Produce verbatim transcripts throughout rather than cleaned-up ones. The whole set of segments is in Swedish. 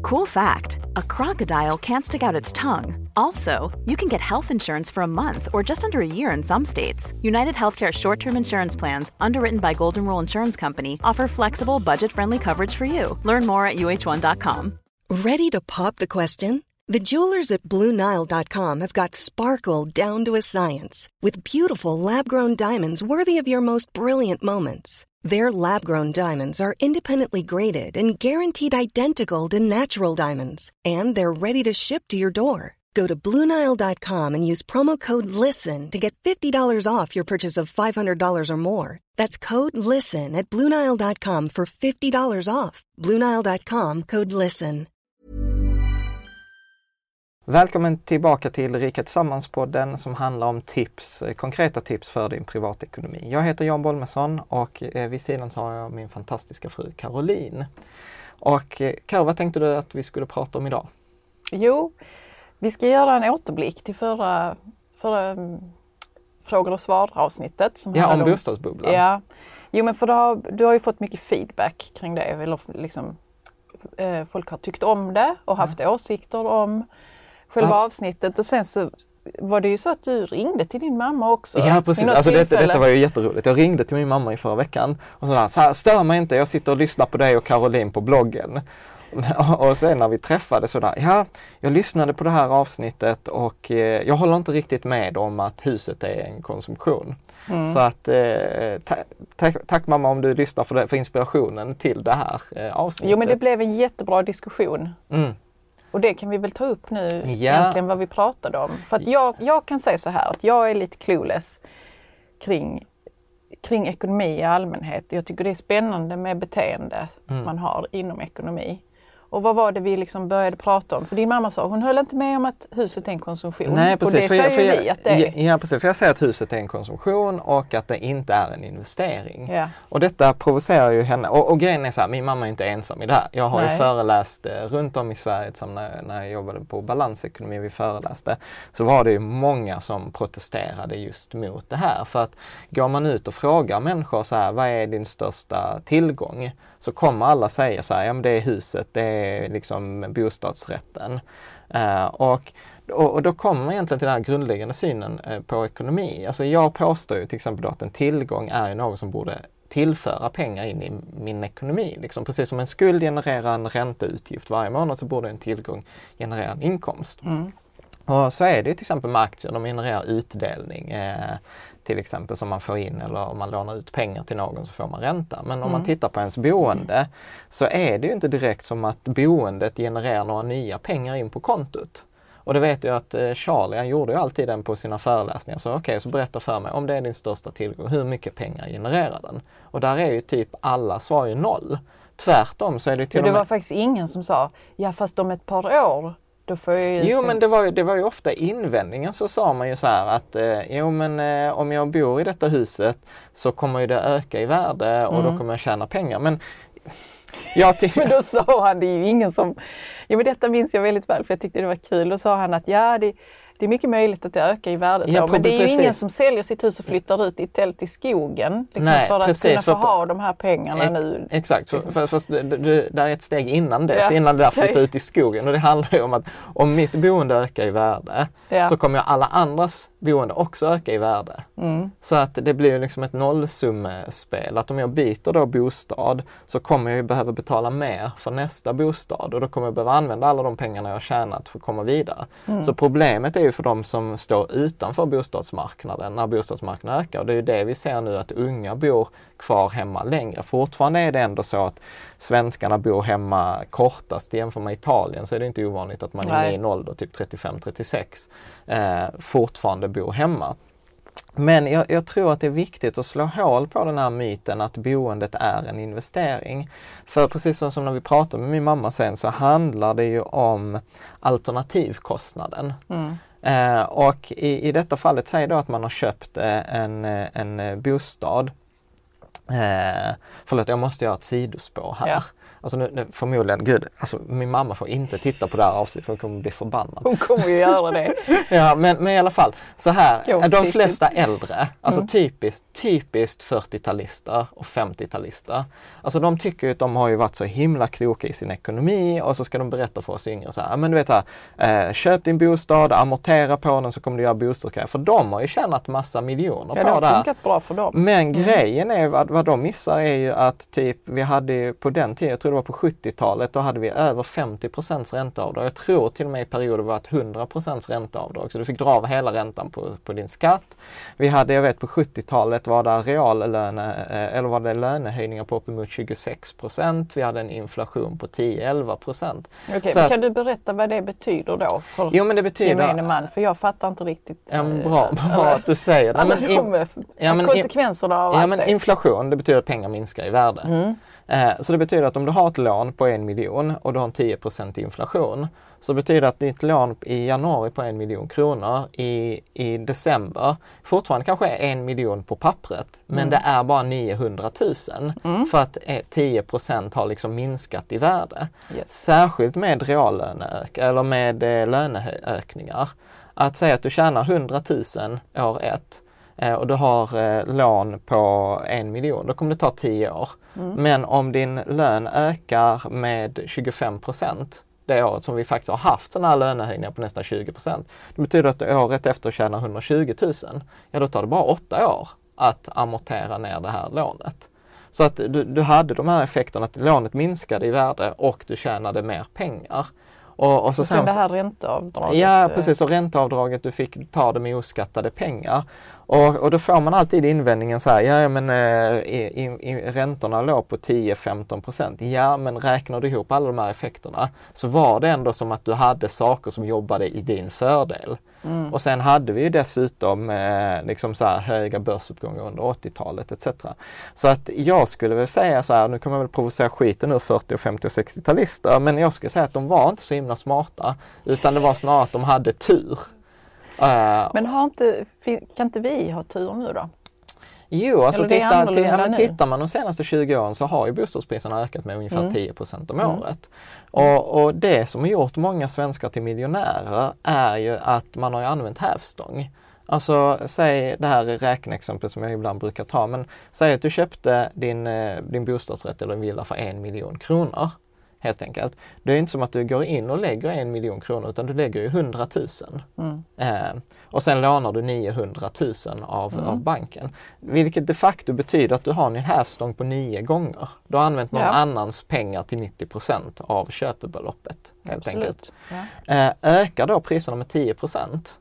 Cool fact, a crocodile can't stick out its tongue. Also, you can get health insurance for a month or just under a year in some states. United Healthcare short-term insurance plans, underwritten by Golden Rule Insurance Company, offer flexible, budget-friendly coverage for you. Learn more at U H one dot com. Ready to pop the question? The jewelers at Blue Nile dot com have got sparkle down to a science with beautiful lab-grown diamonds worthy of your most brilliant moments. Their lab-grown diamonds are independently graded and guaranteed identical to natural diamonds, and they're ready to ship to your door. Go to Blue Nile dot com and use promo code LISTEN to get fifty dollars off your purchase of five hundred dollars or more. That's code LISTEN at Blue Nile dot com for fifty dollars off. Blue Nile dot com, code LISTEN. Välkommen tillbaka till Rika Tillsammans-podden som handlar om tips, konkreta tips för din privatekonomi. Jag heter Jan Bolmesson och vid sidan så har jag min fantastiska fru Caroline. Och Karo, vad tänkte du att vi skulle prata om idag? Jo, vi ska göra en återblick till förra, förra um, frågor och svar avsnittet. Som ja, om om bostadsbubblan. Ja, jo men för du har, du har ju fått mycket feedback kring det. Eller liksom, eh, folk har tyckt om det och haft mm. åsikter om själva ja. avsnittet. Och sen så var det ju så att du ringde till din mamma också. Ja, precis. Alltså detta, detta var ju jätteroligt. Jag ringde till min mamma i förra veckan och så, så här, stör mig inte, jag sitter och lyssnar på dig och Caroline på bloggen. Och sen när vi träffade sådär, ja, jag lyssnade på det här avsnittet och eh, jag håller inte riktigt med om att huset är en konsumtion. Mm. Så att eh, ta- ta- tack mamma om du lyssnar för, det, för inspirationen till det här eh, avsnittet. Jo, men det blev en jättebra diskussion. Mm. Och det kan vi väl ta upp nu ja. egentligen vad vi pratade om. För att jag, jag kan säga så här att jag är lite clueless kring, kring ekonomi i allmänhet. Jag tycker det är spännande med beteende mm. man har inom ekonomi. Och vad var det vi liksom började prata om? För din mamma sa, hon höll inte med om att huset är en konsumtion. Nej, precis. Och det för jag, säger för vi jag, att det är. Ja, precis. För jag säger att huset är en konsumtion och att det inte är en investering. Ja. Och detta provocerar ju henne. Och, och grejen är så här, min mamma är inte ensam i det här. Jag har Nej. ju föreläst eh, runt om i Sverige, som när, när jag jobbade på balansekonomi vi föreläste. Så var det ju många som protesterade just mot det här. För att går man ut och frågar människor så här, vad är din största tillgång? Så kommer alla säga så här, ja men det är huset, det är liksom bostadsrätten. Uh, och, och, och då kommer man egentligen till den här grundläggande synen uh, på ekonomi. Alltså jag påstår ju till exempel då att en tillgång är ju något som borde tillföra pengar in i min ekonomi. Liksom, precis som en skuld genererar en ränteutgift varje månad så borde en tillgång generera en inkomst. Mm. Och så är det ju till exempel med aktier, de genererar utdelning. Eh, till exempel som man får in, eller om man lånar ut pengar till någon så får man ränta. Men om mm. man tittar på ens boende så är det ju inte direkt som att boendet genererar några nya pengar in på kontot. Och det vet jag att eh, Charlie, han gjorde ju alltid den på sina föreläsningar. Så okej, okay, så berätta för mig, om det är din största tillgång, hur mycket pengar genererar den? Och där är ju typ alla svar ju noll. Tvärtom så är det till men det och med... var faktiskt ingen som sa, ja fast om ett par år... Då jag jo men det var, ju, det var ju ofta invändningen, så sa man ju så här att eh, jo men eh, om jag bor i detta huset så kommer ju det öka i värde och mm. då kommer jag tjäna pengar. Men, jag ty- men då sa han, det är ju ingen som, ja men detta minns jag väldigt väl för jag tyckte det var kul. Då sa han att ja det Det är mycket möjligt att det ökar i värde. Ja, men det är ju precis. ingen som säljer sitt hus och flyttar ut i tält i skogen. Liksom Nej, för att precis, kunna få för ha de här pengarna ex- nu. Exakt, för, för, för, för det, det, det är ett steg innan det. Ja. Innan det där flyttar ut i skogen. Och det handlar ju om att om mitt boende ökar i värde ja. så kommer ju alla andras boende också öka i värde. Mm. Så att det blir ju liksom ett nollsummespel. Att om jag byter då bostad så kommer jag ju behöva betala mer för nästa bostad. Och då kommer jag behöva använda alla de pengarna jag har tjänat för att komma vidare. Mm. Så problemet är ju för de som står utanför bostadsmarknaden när bostadsmarknaden ökar. Och det är ju det vi ser nu, att unga bor kvar hemma längre. Fortfarande är det ändå så att svenskarna bor hemma kortast. Jämfört med Italien så är det inte ovanligt att man Nej. i min ålder, typ trettiofem trettiosex, eh, fortfarande bor hemma. Men jag, jag tror att det är viktigt att slå hål på den här myten att boendet är en investering. För precis som, som när vi pratade med min mamma sen så handlar det ju om alternativkostnaden. Mm. Eh, och i, i detta fallet säger då att man har köpt eh, en, en bostad. Eh, förlåt, jag måste göra ett sidospår här. Ja. alltså nu, nu förmodligen, gud, alltså min mamma får inte titta på det här avsnittet för hon kommer bli förbannad. Hon kommer ju göra det. Ja, men, men i alla fall, så här, Jo, de flesta äldre, alltså Mm. typiskt, typiskt fyrtiotalister och femtiotalister, alltså de tycker ju att de har ju varit så himla kloka i sin ekonomi och så ska de berätta för oss yngre så här, men du vet här, eh, köp din bostad, amortera på den så kommer du göra bostadsgrejer, för de har ju tjänat massa miljoner Ja, på det det har här. funkat bra för dem. Men Mm. grejen är, vad, vad de missar är ju att typ, vi hade ju på den tiden, jag tror det var på sjuttiotalet, då hade vi över femtio procent ränteavdrag. Jag tror till och med i perioder var ett hundra procent ränteavdrag. Så du fick dra av hela räntan på, på din skatt. Vi hade, jag vet på sjuttiotalet var det reallöne, eller var det lönehöjningar på uppemot tjugosex procent. Vi hade en inflation på tio till elva procent. Okej, Så men att- kan du berätta vad det betyder då för Jo men det betyder... gemene man? För jag fattar inte riktigt. Ja, men eh, bra, bra att du säger det. alla Nej, men in- de, ja, men in- konsekvenserna av Ja allt men det. inflation, det betyder att pengar minskar i värde. Mm. Eh, så det betyder att om du har ett lån på en miljon och du har en tio procent inflation, så betyder det att ditt lån i januari på en miljon kronor i, i december fortfarande kanske är en miljon på pappret, men Mm. det är bara niohundratusen Mm. för att eh, tio procent har liksom minskat i värde. Yes. Särskilt med reallöneök eller med eh, löneökningar. Att säga att du tjänar hundratusen år ett eh, och du har eh, lån på en miljon, då kommer det ta tio år. Mm. Men om din lön ökar med tjugofem procent det året som vi faktiskt har haft sådana här lönehöjningar på nästan tjugo procent. Det betyder att året efter tjänar hundratjugotusen. Ja, då tar det bara åtta år att amortera ner det här lånet. Så att du, du hade de här effekterna att lånet minskade i värde och du tjänade mer pengar. Och, och så Och sen sen, det här ränteavdraget. ja eh, precis, och ränteavdraget, du fick ta det med oskattade pengar. Och, och då får man alltid invändningen så här, ja men eh, i, i, i räntorna låg på tio till femton procent. Ja men räknar du ihop alla de här effekterna så var det ändå som att du hade saker som jobbade i din fördel. Mm. Och sen hade vi ju dessutom eh, liksom så här höga börsuppgångar under åttiotalet et cetera. Så att jag skulle väl säga så här, nu kommer jag väl provocera skiten ur fyrtio-, femtio och sextio-talister, men jag skulle säga att de var inte så himla smarta, utan det var snarare att de hade tur. Uh, Men har inte, fin- kan inte vi ha tur nu då? Jo, alltså Eller det är titta, annorlunda till, ja, men nu. tittar man de senaste tjugo åren så har ju bostadspriserna ökat med ungefär Mm. tio procent om Mm. året. Och, och det som har gjort många svenskar till miljonärer är ju att man har ju använt hävstång. Alltså säg det här räkneexemplet som jag ibland brukar ta, men säg att du köpte din, eh, din bostadsrätt eller en villa för en miljon kronor. Helt enkelt. Det är inte som att du går in och lägger en miljon kronor utan du lägger ju hundratusen. Mm. Eh, och sen lånar du niohundratusen av, Mm. av banken. Vilket de facto betyder att du har en hävstång på nio gånger. Du har använt någon Ja. annans pengar till nittio procent av köpebeloppet. Helt enkelt. Absolut. Ja. Eh, ökar då priserna med tio procent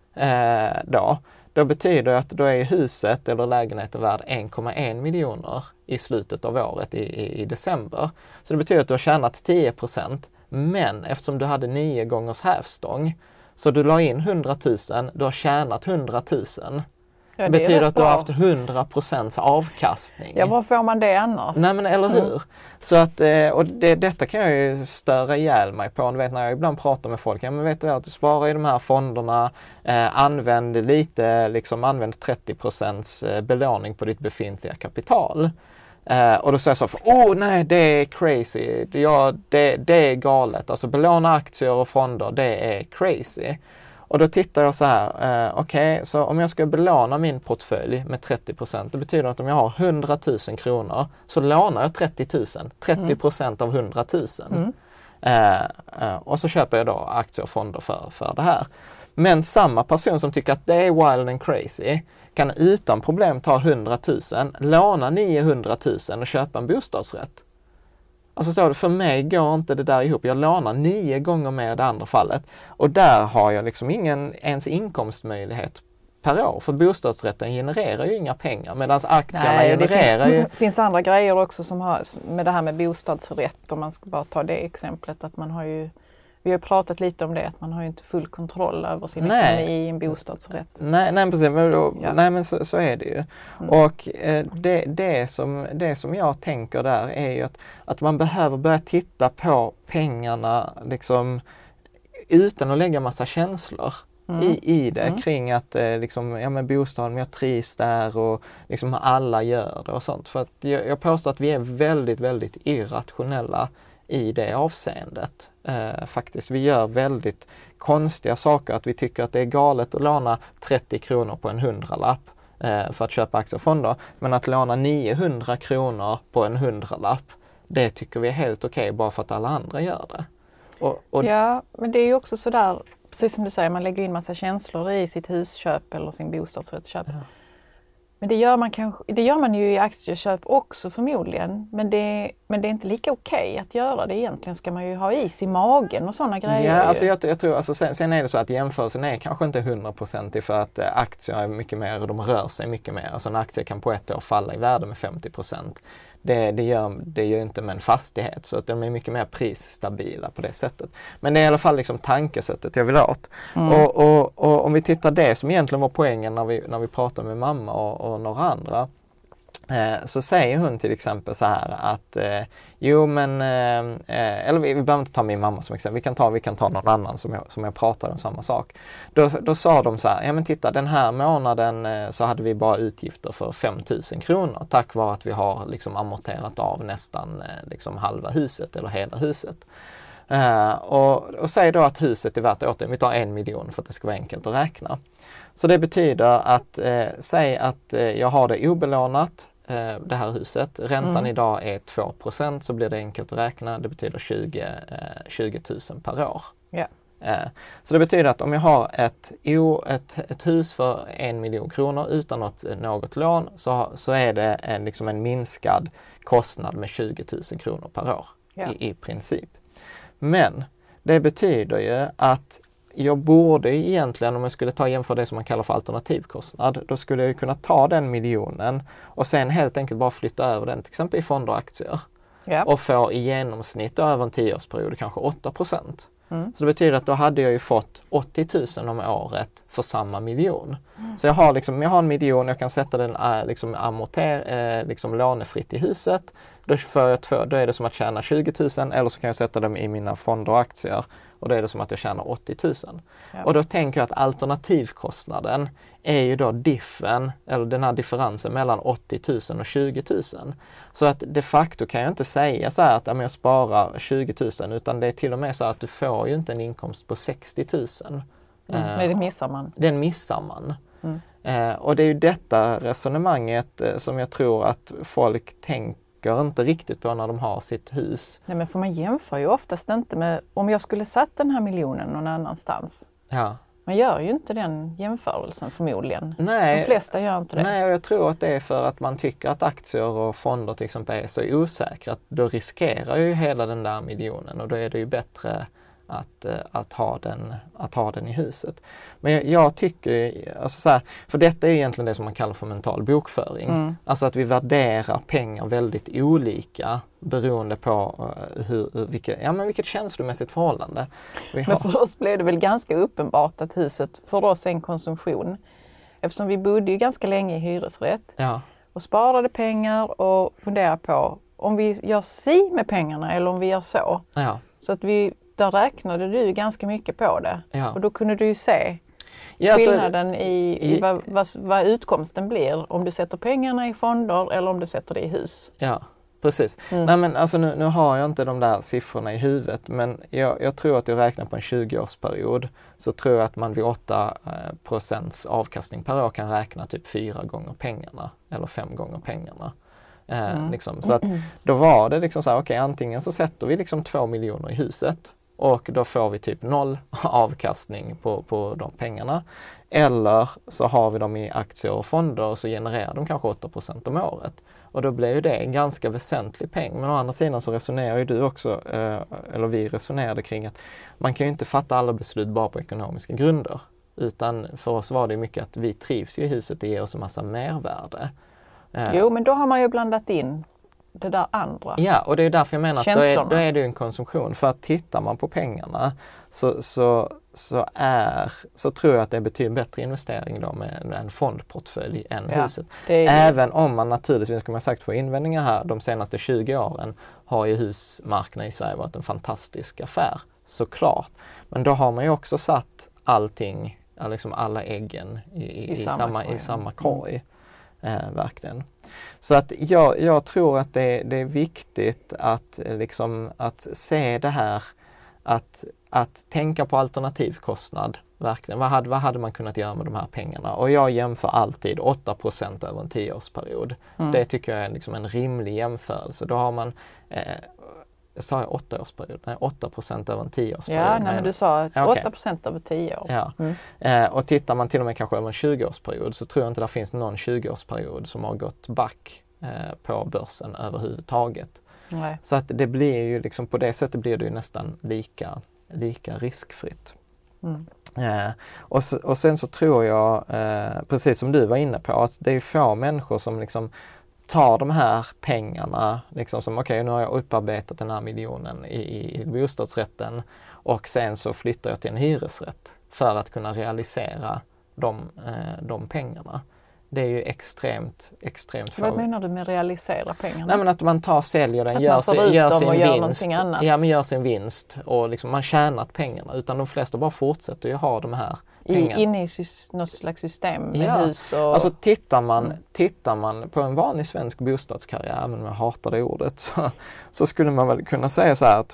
eh, då, då betyder det att då är huset eller lägenheten värd en komma en miljoner i slutet av året i, i, i december. Så det betyder att du har tjänat tio procent, men eftersom du hade nio gångers hävstång så du la in hundratusen, du har tjänat hundratusen. Ja, det det är betyder rätt att du har bra. haft hundra procent avkastning. Ja, var får man det annars? Nej men eller hur. Mm. Så att, eh, och det, detta kan jag ju störa ihjäl mig på. Du vet när jag ibland pratar med folk, ja men vet du vad, att du sparar i de här fonderna, eh, använd lite, liksom använd trettio procent belåning på ditt befintliga kapital. Eh, och då säger jag så, åh oh, nej det är crazy, ja, det, det är galet, alltså belåna aktier och fonder, det är crazy. Och då tittar jag så här, eh, okej, okay, så om jag ska belåna min portfölj med trettio procent, det betyder att om jag har hundratusen kronor så lånar jag trettio tusen, trettio procent av hundratusen. Mm. Eh, eh, och så köper jag då aktier och fonder för, för det här. Men samma person som tycker att det är wild and crazy kan utan problem ta hundratusen, låna niohundratusen och köpa en bostadsrätt. Alltså så, för mig går inte det där ihop. Jag lånar nio gånger mer i det andra fallet. Och där har jag liksom ingen ens inkomstmöjlighet per år. För bostadsrätten genererar ju inga pengar medan aktierna Nej, det genererar finns, ju... finns andra grejer också som har med det här med bostadsrätt, om man ska bara ta det exemplet, att man har ju, vi har pratat lite om det, att man har ju inte full kontroll över sin Nej. ekonomi i en bostadsrätt. Nej, nej precis, men, då, Ja. nej, men så, så är det ju. Mm. Och eh, det, det, som, det som jag tänker där är ju att, att man behöver börja titta på pengarna liksom utan att lägga massa känslor. mm. i, i det mm. kring att eh, liksom, ja men bostaden, jag trivs där och liksom alla gör det och sånt. För att jag, jag påstår att vi är väldigt, väldigt irrationella i det avseendet. Eh, faktiskt, vi gör väldigt konstiga saker, att vi tycker att det är galet att låna trettio kronor på en hundralapp eh, för att köpa aktier och fonder, men att låna niohundra kronor på en hundralapp, det tycker vi är helt okej okay, bara för att alla andra gör det. Och, och ja, men det är ju också sådär, precis som du säger, man lägger in massa känslor i sitt husköp eller sin bostadsrättsköp. Ja. Men det gör man kanske, det gör man ju i aktieköp också förmodligen. Men det, men det är inte lika okej att göra det. Egentligen ska man ju ha is i magen och sådana grejer. Ja, alltså jag, jag tror, alltså sen, sen är det så att jämförelsen är kanske inte hundraprocentig för att eh, aktier är mycket mer och de rör sig mycket mer. Alltså en aktie kan på ett år falla i värde med femtio procent. Det, det, gör, det gör inte med en fastighet, så att de är mycket mer prisstabila på det sättet. Men det är i alla fall liksom tankesättet jag vill ha åt. Mm. Och, och, och om vi tittar det som egentligen var poängen när vi, när vi pratade med mamma och, och några andra. Eh, så säger hon till exempel så här att eh, jo men, eh, eller vi, vi behöver inte ta min mamma som exempel, vi kan ta, vi kan ta någon annan som jag, som jag pratade om samma sak. Då, då sa de så här, ja men titta den här månaden eh, så hade vi bara utgifter för fem tusen kronor tack vare att vi har liksom amorterat av nästan eh, liksom halva huset eller hela huset. Uh, och, och säg då att huset är värt åt, vi tar en miljon för att det ska vara enkelt att räkna. Så det betyder att, eh, säg att eh, jag har det obelånat, eh, det här huset. Räntan mm. idag är två procent, så blir det enkelt att räkna. Det betyder tjugo tusen per år. Yeah. Eh, så det betyder att om jag har ett, o, ett, ett hus för en miljon kronor utan något, något lån, så, så är det en, liksom en minskad kostnad med tjugo tusen kronor per år yeah. i, i princip. Men det betyder ju att jag borde egentligen, om jag skulle ta jämför det som man kallar för alternativkostnad, då skulle jag kunna ta den miljonen och sen helt enkelt bara flytta över den till exempel i fonder och aktier. Ja. Och få i genomsnitt över en tioårsperiod kanske åtta procent. Mm. Så det betyder att då hade jag ju fått åttio tusen om året för samma miljon. Mm. Så jag har liksom, jag har en miljon, jag kan sätta den äh, liksom amorter, äh, liksom lånefritt i huset. Då, får jag två, då är det som att tjäna tjugo tusen, eller så kan jag sätta dem i mina fonder och aktier och då är det som att jag tjänar åttio tusen. Ja. Och då tänker jag att alternativkostnaden är ju då diffen, eller den här differensen mellan åttio tusen och tjugo tusen. Så att de facto kan jag inte säga så här att jag sparar tjugo tusen, utan det är till och med så att du får ju inte en inkomst på sextio tusen. Mm, eh, det missar man. Den missar man. Mm. Eh, och det är ju detta resonemanget eh, som jag tror att folk tänker inte riktigt på när de har sitt hus. Nej, men för man jämför ju oftast inte med om jag skulle satt den här miljonen någon annanstans. Ja. Man gör ju inte den jämförelsen förmodligen. Nej, de flesta gör inte det. Nej, och jag tror att det är för att man tycker att aktier och fonder till exempel är så osäkra att då riskerar ju hela den där miljonen och då är det ju bättre att, att, ha, den, att ha den i huset. Men jag, jag tycker, alltså så här, för detta är egentligen det som man kallar för mental bokföring. Mm. Alltså att vi värderar pengar väldigt olika beroende på hur, vilket, ja, men vilket känslomässigt förhållande vi har. Men för oss blev det väl ganska uppenbart att huset för oss är en konsumtion. Eftersom vi bodde ju ganska länge i hyresrätt ja. och sparade pengar och funderade på om vi gör si med pengarna eller om vi gör så. Ja. Så att vi där räknade du ganska mycket på det. Ja. Och då kunde du ju se ja, skillnaden så, i, i, i vad, vad, vad utkomsten blir. Om du sätter pengarna i fonder eller om du sätter det i hus. Ja, precis. Mm. Nej, men alltså nu, nu har jag inte de där siffrorna i huvudet. Men jag, jag tror att jag räknar på en tjugo-årsperiod. Så tror jag att man vid åtta procents avkastning per år kan räkna typ fyra gånger pengarna. Eller fem gånger pengarna. Eh, mm. liksom. Så att då var det liksom så här, okej, okay, antingen så sätter vi liksom två miljoner i huset. Och då får vi typ noll avkastning på, på de pengarna. Eller så har vi dem i aktier och fonder och så genererar de kanske åtta procent om året. Och då blir ju det en ganska väsentlig peng. Men å andra sidan så resonerar ju du också, eh, eller vi resonerade kring att man kan ju inte fatta alla beslut bara på ekonomiska grunder. Utan för oss var det mycket att vi trivs i huset, det ger oss en massa mervärde. Eh. Jo, men då har man ju blandat in det där andra. Ja, och det är därför jag menar att då är, då är det en konsumtion. För att tittar man på pengarna så, så, så, är, så tror jag att det är betydligt bättre investering då med en fondportfölj än ja, huset. Även om man naturligtvis, som jag sagt, får invändningar här, de senaste tjugo åren har ju husmarknaden i Sverige varit en fantastisk affär, såklart. Men då har man ju också satt allting, ja, liksom alla äggen i, i, I i, samma samma, korg. i samma korg. Eh, verkligen. Så att jag, jag tror att det, det är viktigt att, liksom, att se det här, att, att tänka på alternativkostnad. Verkligen. Vad hade, vad hade man kunnat göra med de här pengarna? Och jag jämför alltid åtta procent över en tioårsperiod. Mm. Det tycker jag är liksom en rimlig jämförelse. Då har man, eh, sa jag åttaårsperiod? Nej, åtta procent över en tioårsperiod. Ja, nej, men du sa okay. åtta procent över tio år. Ja. Mm. Eh, och tittar man till och med kanske över en tjugoårsperiod så tror jag inte det finns någon tjugoårsperiod som har gått back eh, på börsen överhuvudtaget. Nej. Så att det blir ju liksom, på det sättet blir det ju nästan lika, lika riskfritt. Mm. Eh, och, så, och sen så tror jag, eh, precis som du var inne på, att det är få människor som liksom tar de här pengarna, liksom som okej, okay, nu har jag upparbetat den här miljonen i, i bostadsrätten och sen så flyttar jag till en hyresrätt för att kunna realisera de, eh, de pengarna. Det är ju extremt, extremt Vad menar du med realisera pengarna? Nej, men att man tar, säljer den, att gör, man får sin, ut gör dem sin och gör vinst. annat. Ja, men gör sin vinst och liksom man tjänat pengarna. Utan de flesta bara fortsätter ju ha de här pengarna. I, inne i sy- något slags system med ja. hus och... Alltså tittar man, mm. tittar man på en vanlig svensk bostadskarriär, även om jag hatar det ordet, så, så skulle man väl kunna säga så här att,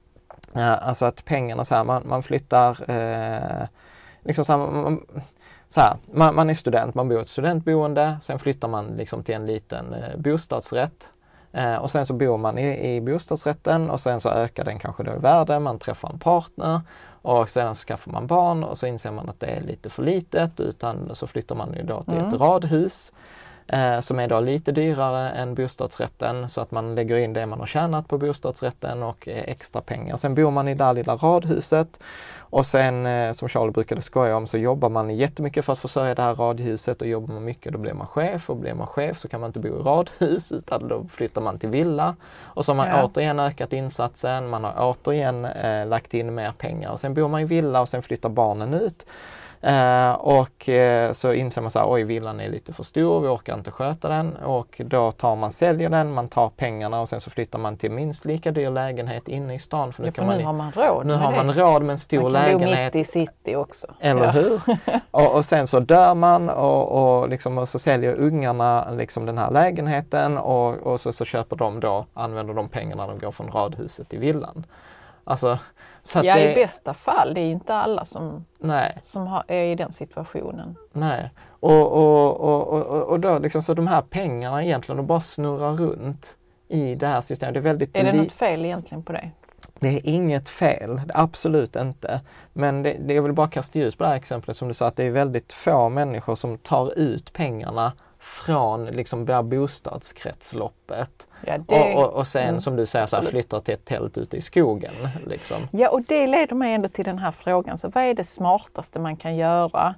äh, alltså att pengarna så här, man, man flyttar, eh, liksom så här, man, Så här, man, man är student, man bor i ett studentboende, sen flyttar man liksom till en liten eh, bostadsrätt eh, och sen så bor man i, i bostadsrätten och sen så ökar den kanske då i värde, man träffar en partner och sen skaffar man barn och så inser man att det är lite för litet, utan så flyttar man ju då till mm. ett radhus eh, som är då lite dyrare än bostadsrätten, så att man lägger in det man har tjänat på bostadsrätten och eh, extra pengar. Sen bor man i det här lilla radhuset. Och sen, eh, som Charlie brukade skoja om, så jobbar man jättemycket för att försörja det här radhuset och jobbar man mycket, då blir man chef, och blir man chef så kan man inte bo i radhus utan då flyttar man till villa. Och så har man ja. återigen ökat insatsen, man har återigen eh, lagt in mer pengar och sen bor man i villa och sen flyttar barnen ut. Uh, och uh, så inser man så här, oj, villan är lite för stor, vi orkar inte sköta den, och då tar man, säljer den, man tar pengarna och sen så flyttar man till minst lika dyr lägenhet inne i stan. För nu, ja, kan för man, nu har man råd Nu med har det. man råd med en stor man kan lägenhet. Bo mitt i city också. Eller ja. hur? och, och sen så dör man och, och, liksom, och så säljer ungarna liksom den här lägenheten och, och så, så köper de då, använder de pengarna, de går från radhuset till villan. Alltså, så att ja, det, i bästa fall. Det är ju inte alla som, nej. som har, är i den situationen. Nej, och, och, och, och, och då liksom, så de här pengarna egentligen, de bara snurrar runt i det här systemet. Det är väldigt är det li- något fel egentligen på det? Det är inget fel, absolut inte. Men det, det är väl bara att kasta ljus på det här exemplet som du sa, att det är väldigt få människor som tar ut pengarna från liksom det här bostadskretsloppet. Ja, det, och, och, och sen mm, som du säger så här, flyttar till ett tält ute i skogen. Liksom. Ja, och det leder mig ändå till den här frågan. Så vad är det smartaste man kan göra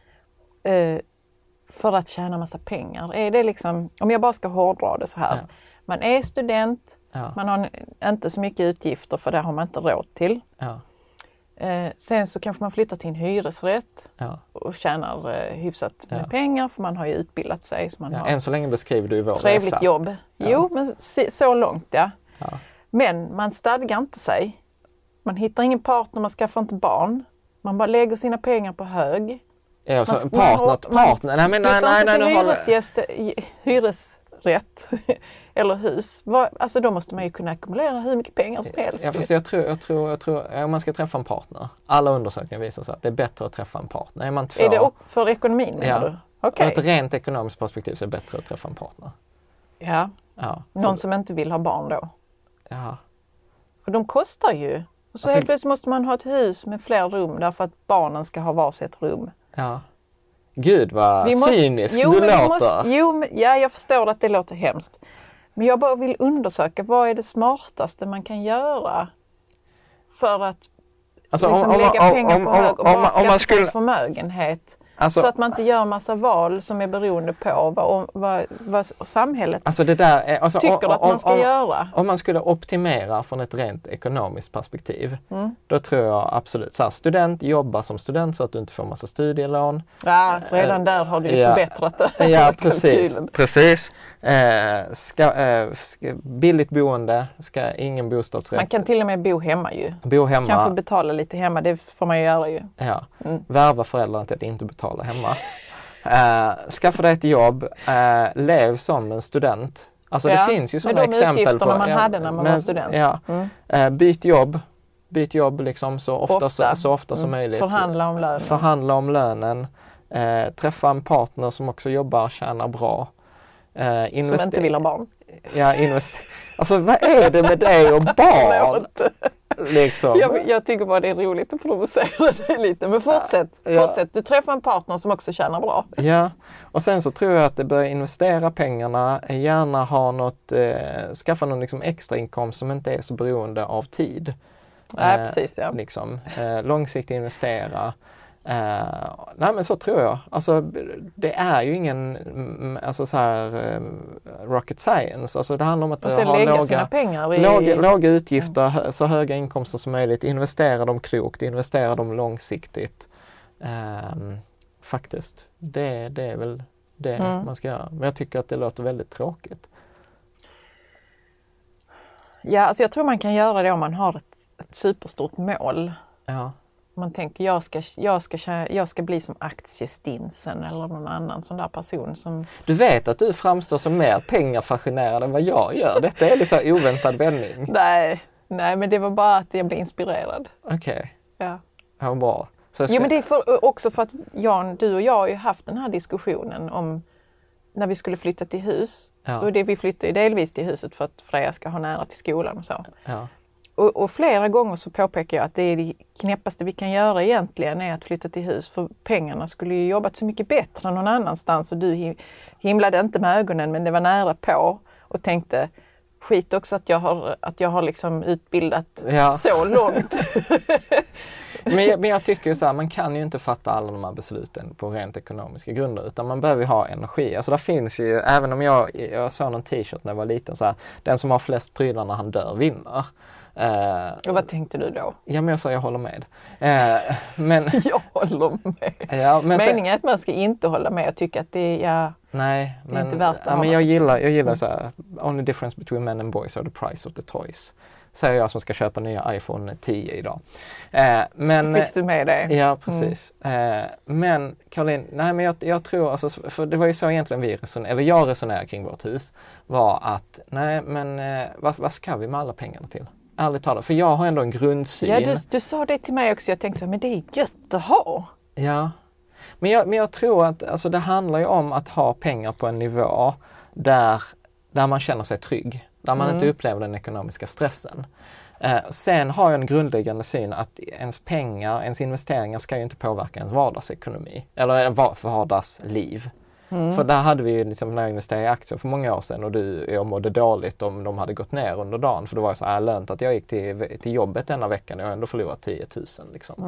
eh, för att tjäna massa pengar? Är det liksom, om jag bara ska hårdra det så här. Ja. Man är student, ja. Man har inte så mycket utgifter för det har man inte råd till. Ja. Eh, sen så kanske man flyttar till en hyresrätt ja. och tjänar eh, hyfsat med ja. pengar, för man har ju utbildat sig. Så man ja, har än så länge beskriver du vår trevligt resa. jobb. Ja. Jo, men se, så långt ja. ja. Men man stadgar inte sig. Man hittar ingen partner, man skaffar inte barn. Man bara lägger sina pengar på hög. Ja, så man, partner, man, partner. Nej, men, nej, nej, nej, nej, hyresgäster, hyresrätt eller hus. Var, alltså då måste man ju kunna ackumulera hur mycket pengar som helst. Ja, fast jag tror, jag tror, jag tror, om man ska träffa en partner, alla undersökningar visar så att det är bättre att träffa en partner. Är man två, är det för ekonomin? Ja. Okay. Ur ett rent ekonomiskt perspektiv så är det bättre att träffa en partner. Ja, ja. Någon som inte vill ha barn då. Ja. För de kostar ju. Och så alltså, helt plötsligt måste man ha ett hus med fler rum därför att barnen ska ha varsitt rum. Ja. Gud vad måste, cynisk jo, du låter. Måste, jo, men, ja, jag förstår att det låter hemskt. Men jag bara vill undersöka, vad är det smartaste man kan göra för att alltså, liksom om, lägga om, pengar om, på hög och om, bara om, om man skulle sig förmögenhet. Alltså, så att man inte gör massa val som är beroende på vad, vad, vad samhället alltså det där är, alltså, tycker om, att man ska om, göra. Om man skulle optimera från ett rent ekonomiskt perspektiv, mm. då tror jag absolut så här, student, jobba som student så att du inte får massa studielån. Ja, redan äh, där har du ju ja, förbättrat det. Ja, precis. precis. Eh, ska, eh, ska, billigt boende, ska ingen bostadsrätt. Man kan till och med bo hemma ju. Bo hemma. Kanske betala lite hemma, det får man ju göra ju. Ja. Mm. Värva föräldrarna till att inte betala hemma. Uh, skaffa dig ett jobb, uh, lev som en student. Alltså ja, det finns ju sådana exempel på... man ja, hade när man men, var student. Ja, mm. uh, byt jobb. Byt jobb liksom så ofta, ofta. Så, så ofta mm. som möjligt. Förhandla om lönen. Förhandla om lönen. Uh, träffa en partner som också jobbar och tjänar bra. Uh, invester- som inte vill ha barn. Ja, invester- Alltså vad är det med dig och barn? Liksom. Jag, jag tycker bara det är roligt att provocera dig lite. Men fortsätt, ja. fortsätt. Du träffar en partner som också tjänar bra. Ja, och sen så tror jag att det bör investera pengarna. Gärna ha något, eh, skaffa någon liksom extra inkomst som inte är så beroende av tid. Ja, eh, precis ja. Liksom, eh, långsiktigt investera. Uh, nej men så tror jag. Alltså det är ju ingen mm, alltså så här uh, rocket science. Alltså det handlar om att ha låga, pengar i... låga, låga utgifter, mm. så höga inkomster som möjligt. Investera dem klokt, investera dem långsiktigt. Uh, faktiskt. Det, det är väl det mm. man ska göra. Men jag tycker att det låter väldigt tråkigt. Ja, alltså jag tror man kan göra det om man har ett, ett superstort mål. Ja. Man tänker jag ska, jag, ska, jag ska bli som aktiestinsen eller någon annan sån där person som... Du vet att du framstår som mer pengarfascinerad än vad jag gör. Detta är liksom oväntad vändning. Nej, nej, men det var bara att jag blev inspirerad. Okej. Okay. Ja. Ja, bra. Så ska... Jo, men det är för, också för att Jan, du och jag har ju haft den här diskussionen om när vi skulle flytta till hus. Ja. Och det vi flyttade ju delvis till huset för att Freja ska ha nära till skolan och så. Ja. Och, och flera gånger så påpekar jag att det är det knäppaste vi kan göra egentligen är att flytta till hus. För pengarna skulle ju jobbat så mycket bättre någon annanstans och du himlade inte med ögonen men det var nära på och tänkte skit också att jag har, att jag har liksom utbildat ja. så långt. men, jag, men jag tycker så här, man kan ju inte fatta alla de här besluten på rent ekonomiska grunder utan man behöver ju ha energi. Alltså det finns ju, även om jag, jag såg någon t-shirt när jag var liten så här, den som har flest prylar när han dör vinner. Uh, och vad tänkte du då? Ja men jag sa jag håller med. Uh, men, jag håller med. Ja, men meningen sen, är att man ska inte hålla med och tycka att det är, ja, nej, det är men, inte värt att ja, men jag gillar, jag gillar så här, only difference between men and boys are the price of the toys. Säger jag som ska köpa nya iPhone tio idag. Uh, men, Fick du med det? Ja precis. Mm. Uh, men Caroline, nej men jag, jag tror, alltså, för det var ju så egentligen vi resonerade, eller jag resonerade kring vårt hus, var att nej men uh, vad, vad ska vi med alla pengarna till? Ärligt talat, för jag har ändå en grundsyn. Ja, du, du sa det till mig också. Jag tänkte så här, men det är gött att ha. Ja, men jag, men jag tror att alltså, det handlar ju om att ha pengar på en nivå där, där man känner sig trygg. Där man mm. inte upplever den ekonomiska stressen. Eh, sen har jag en grundläggande syn att ens pengar, ens investeringar ska ju inte påverka ens vardagsekonomi. Eller vardagsliv. Mm. För där hade vi ju liksom när jag investerade i aktier för många år sedan och du, jag mådde dåligt om de hade gått ner under dagen. För det var ju så här lönt att jag gick till, till jobbet denna veckan och jag ändå förlorat tio tusen. Liksom.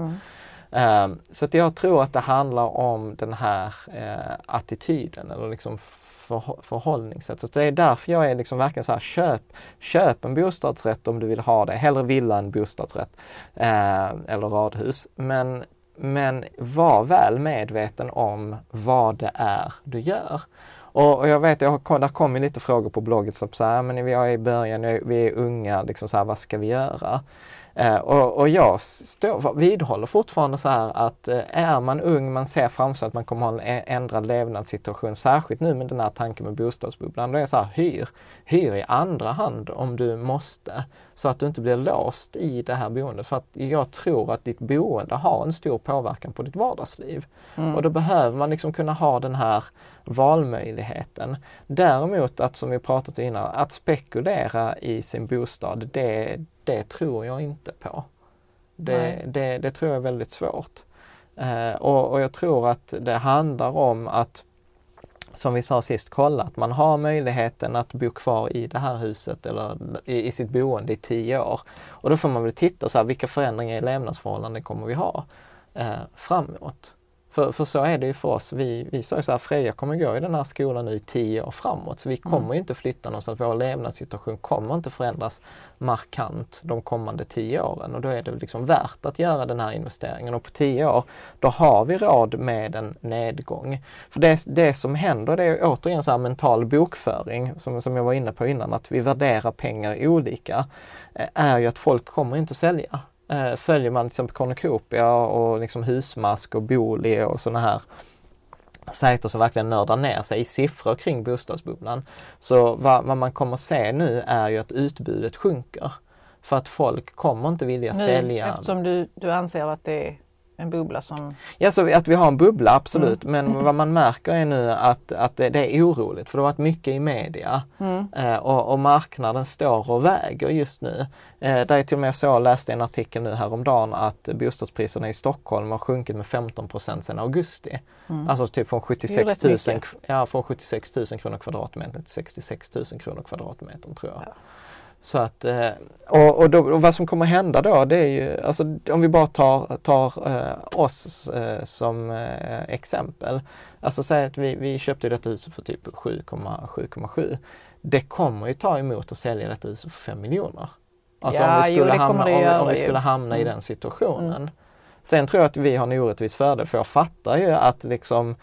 Mm. Um, så att jag tror att det handlar om den här uh, attityden eller liksom för, förhållningssätt. Så det är därför jag är liksom verkligen så här, köp, köp en bostadsrätt om du vill ha det. Hellre villa än bostadsrätt uh, eller radhus. Men Men var väl medveten om vad det är du gör. Och, och jag vet, jag har, där kommer lite frågor på bloggen som så här, men vi är i början, vi är unga, liksom så här, vad ska vi göra? Eh, och, och jag står, vidhåller fortfarande så här att eh, är man ung, man ser framför sig att man kommer ha en ändrad levnadssituation, särskilt nu med den här tanken med bostadsbubblan, då är det så här, hyr, hyr i andra hand om du måste, så att du inte blir låst i det här boendet. För att jag tror att ditt boende har en stor påverkan på ditt vardagsliv. Mm. Och då behöver man liksom kunna ha den här valmöjligheten. Däremot att, som vi pratat innan, att spekulera i sin bostad, det, det tror jag inte på. Det, det, det tror jag är väldigt svårt. Eh, och, och jag tror att det handlar om att, som vi sa sist, kolla att man har möjligheten att bo kvar i det här huset eller i, i sitt boende i tio år. Och då får man väl titta så här, vilka förändringar i levnadsförhållanden kommer vi ha eh, framåt. För, för så är det ju för oss. Vi, vi sa ju så här, Freja kommer gå i den här skolan nu i tio år framåt. Så vi kommer mm. inte flytta någonstans. Vår levnadssituation kommer inte förändras markant de kommande tio åren. Och då är det liksom värt att göra den här investeringen. Och på tio år, då har vi råd med en nedgång. För det, det som händer, det är återigen så här mental bokföring. Som, som jag var inne på innan, att vi värderar pengar olika. Är ju att folk kommer inte sälja. Eh, följer man till exempel Cornucopia och liksom Husmask och Booli och sådana här sajter som verkligen nördar ner sig i siffror kring bostadsbubblan. Så vad, vad man kommer se nu är ju att utbudet sjunker. För att folk kommer inte vilja nu, sälja. Eftersom du, du anser att det är en bubbla som... Ja, så att vi har en bubbla, absolut. Mm. Men vad man märker är nu att, att det, det är oroligt. För det har varit mycket i media. Mm. Eh, och, och marknaden står och väger just nu. Eh, där är till och med så jag läste en artikel nu häromdagen att bostadspriserna i Stockholm har sjunkit med femton procent sedan augusti. Mm. Alltså typ från sjuttiosex tusen, ja, från sjuttiosex tusen kronor kvadratmeter till sextiosex tusen kronor kvadratmeter tror jag. Ja. Så att, och, och, då, och vad som kommer hända då, det är ju, alltså om vi bara tar, tar eh, oss eh, som eh, exempel. Alltså säg att vi, vi köpte detta huset för typ sju komma sju. Det kommer ju ta emot att sälja detta huset för fem miljoner. Alltså ja, om vi skulle jo, hamna, om, om vi skulle hamna mm. i den situationen. Mm. Sen tror jag att vi har en orättvis fördel, för jag fattar ju att liksom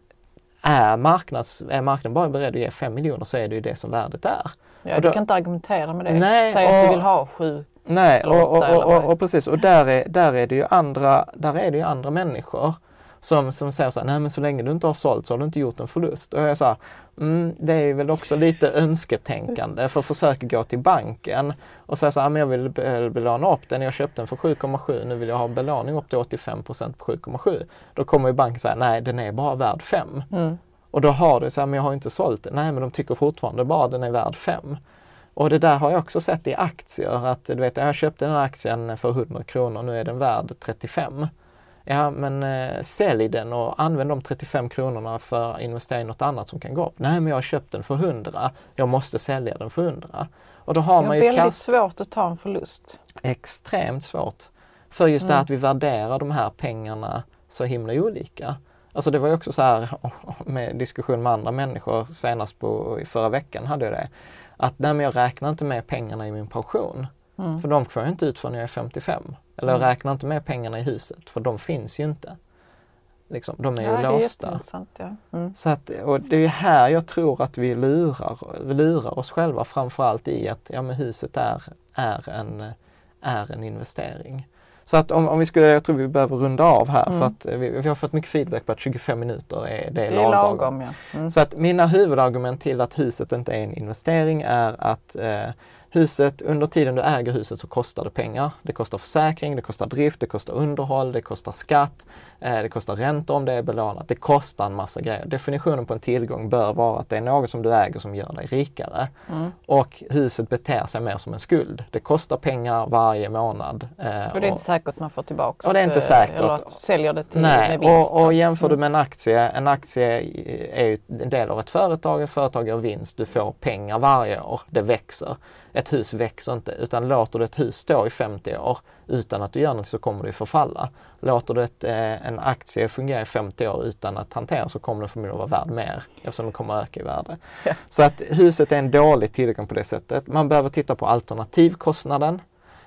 är, marknads, är marknaden bara beredd att ge fem miljoner så är det ju det som värdet är. Ja, och då, du kan inte argumentera med det. Nej, Säg och, att du vill ha sju. Nej, och, och, åtta, och, och, och precis. Och där är, där är det ju andra, där är det ju andra människor som, som säger så här, nej men så länge du inte har sålt så har du inte gjort en förlust. Och jag sa, mm, det är väl också lite önsketänkande, för att försöka gå till banken och säga så här, men jag vill belåna upp den, jag köpte den för sju komma sju, nu vill jag ha belåning upp till åttiofem procent på sju komma sju. Då kommer ju banken säga, nej den är bara värd fem. Mm. Och då har du så här, men jag har inte sålt den. Nej, men de tycker fortfarande bara att den är värd fem. Och det där har jag också sett i aktier, att du vet, jag köpte den här aktien för hundra kronor, nu är den värd trettiofem. Ja, men eh, sälj den och använd de trettiofem kronorna för att investera i något annat som kan gå upp. Nej, men jag har köpt den för hundra, jag måste sälja den för hundra. Och då har det är man ju väldigt kast... svårt att ta en förlust. Extremt svårt. För just mm. det här att vi värderar de här pengarna så himla olika. Alltså det var ju också så här med diskussion med andra människor senast på, i förra veckan hade jag det. Att nej, men jag räknar inte med pengarna i min pension. Mm. För de får jag inte ut förrän jag är femtiofem. Eller jag räknar inte med pengarna i huset, för de finns ju inte. Liksom, de är ja, ju låsta. Ja. Mm. Så att, och det är här jag tror att vi lurar, vi lurar oss själva framförallt i att ja, men huset är, är, en, är en investering. Så att om, om vi skulle, jag tror vi behöver runda av här mm. för att vi, vi har fått mycket feedback på att tjugofem minuter är, det är, det är lagom. lagom ja. mm. Så att mina huvudargument till att huset inte är en investering är att eh, huset, under tiden du äger huset så kostar det pengar. Det kostar försäkring, det kostar drift, det kostar underhåll, det kostar skatt, eh, det kostar ränta om det är belånat. Det kostar en massa grejer. Definitionen på en tillgång bör vara att det är något som du äger som gör dig rikare. Mm. Och huset beter sig mer som en skuld. Det kostar pengar varje månad. Eh, och det är inte säkert att man får tillbaka. Och det är inte säkert. Eller säljer det till Nej, med vinst. Och, och jämför du med en aktie. En aktie är ju en del av ett företag. Ett företag gör vinst. Du får pengar varje år. Det växer. Ett hus växer inte, utan låter du ett hus stå i femtio år utan att du gör något så kommer det förfalla. Låter du ett, eh, en aktie fungera i femtio år utan att hantera så kommer den förmodligen vara värd mer eftersom den kommer öka i värde. Ja. Så att huset är en dålig tillgång på det sättet. Man behöver titta på alternativkostnaden.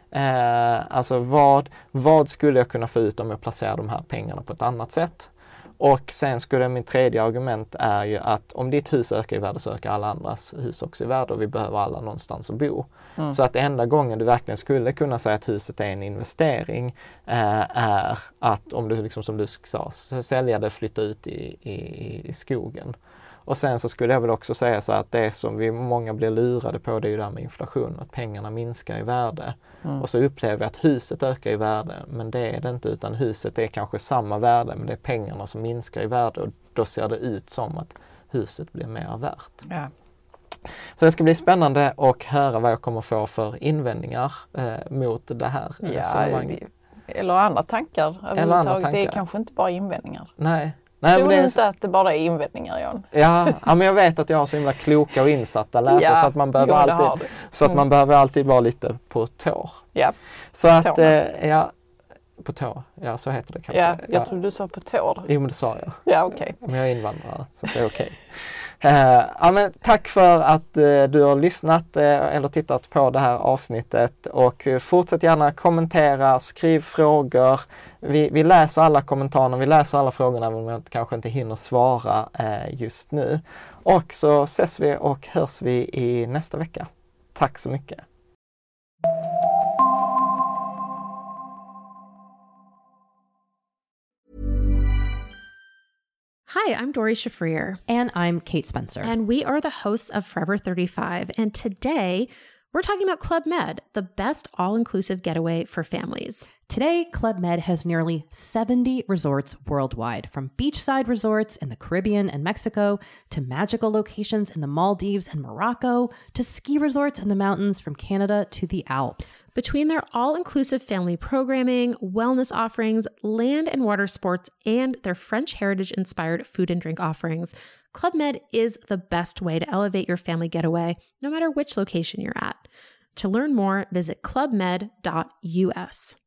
Eh, alltså vad, vad skulle jag kunna få ut om jag placerar de här pengarna på ett annat sätt? Och sen skulle min tredje argument är ju att om ditt hus ökar i värde så ökar alla andras hus också i värde och vi behöver alla någonstans att bo. Mm. Så att enda gången du verkligen skulle kunna säga att huset är en investering eh, är att om du liksom som du sa, sälja det, flytta ut i, i, i skogen. Och sen så skulle jag väl också säga så att det som vi många blir lurade på det är ju det här med inflation, att pengarna minskar i värde. Mm. Och så upplever vi att huset ökar i värde, men det är det inte, utan huset är kanske samma värde men det är pengarna som minskar i värde och då ser det ut som att huset blir mer värt. Ja. Så det ska bli spännande att höra vad jag kommer få för invändningar eh, mot det här resonemanget. Ja, eller andra tankar. Eller andra tankar. Det är kanske inte bara invändningar. Nej. Nej, tror men det är... inte att det bara är invändningar, Jan? Ja, ja, men jag vet att jag har så himla kloka och insatta läsare ja, så att man behöver jo, alltid så att mm. man behöver alltid vara lite på tå. Ja. Så att eh, ja, på tå. Ja, så heter det kanske. Ja, jag ja. tror du sa på tå. Jo, men det sa jag. Ja, okej. Okay. Men jag är invandrare så det är okej. Okay. Uh, ja, men tack för att uh, du har lyssnat uh, eller tittat på det här avsnittet och uh, fortsätt gärna kommentera, skriv frågor. Vi, vi läser alla kommentarerna, vi läser alla frågorna även om jag kanske inte hinner svara uh, just nu. Och så ses vi och hörs vi i nästa vecka. Tack så mycket! Hi, I'm Dori Shafrir. And I'm Kate Spencer. And we are the hosts of Forever thirty-five. And today, we're talking about Club Med, the best all-inclusive getaway for families. Today, Club Med has nearly seventy resorts worldwide, from beachside resorts in the Caribbean and Mexico, to magical locations in the Maldives and Morocco, to ski resorts in the mountains from Canada to the Alps. Between their all-inclusive family programming, wellness offerings, land and water sports, and their French heritage-inspired food and drink offerings, Club Med is the best way to elevate your family getaway, no matter which location you're at. To learn more, visit club med dot U S.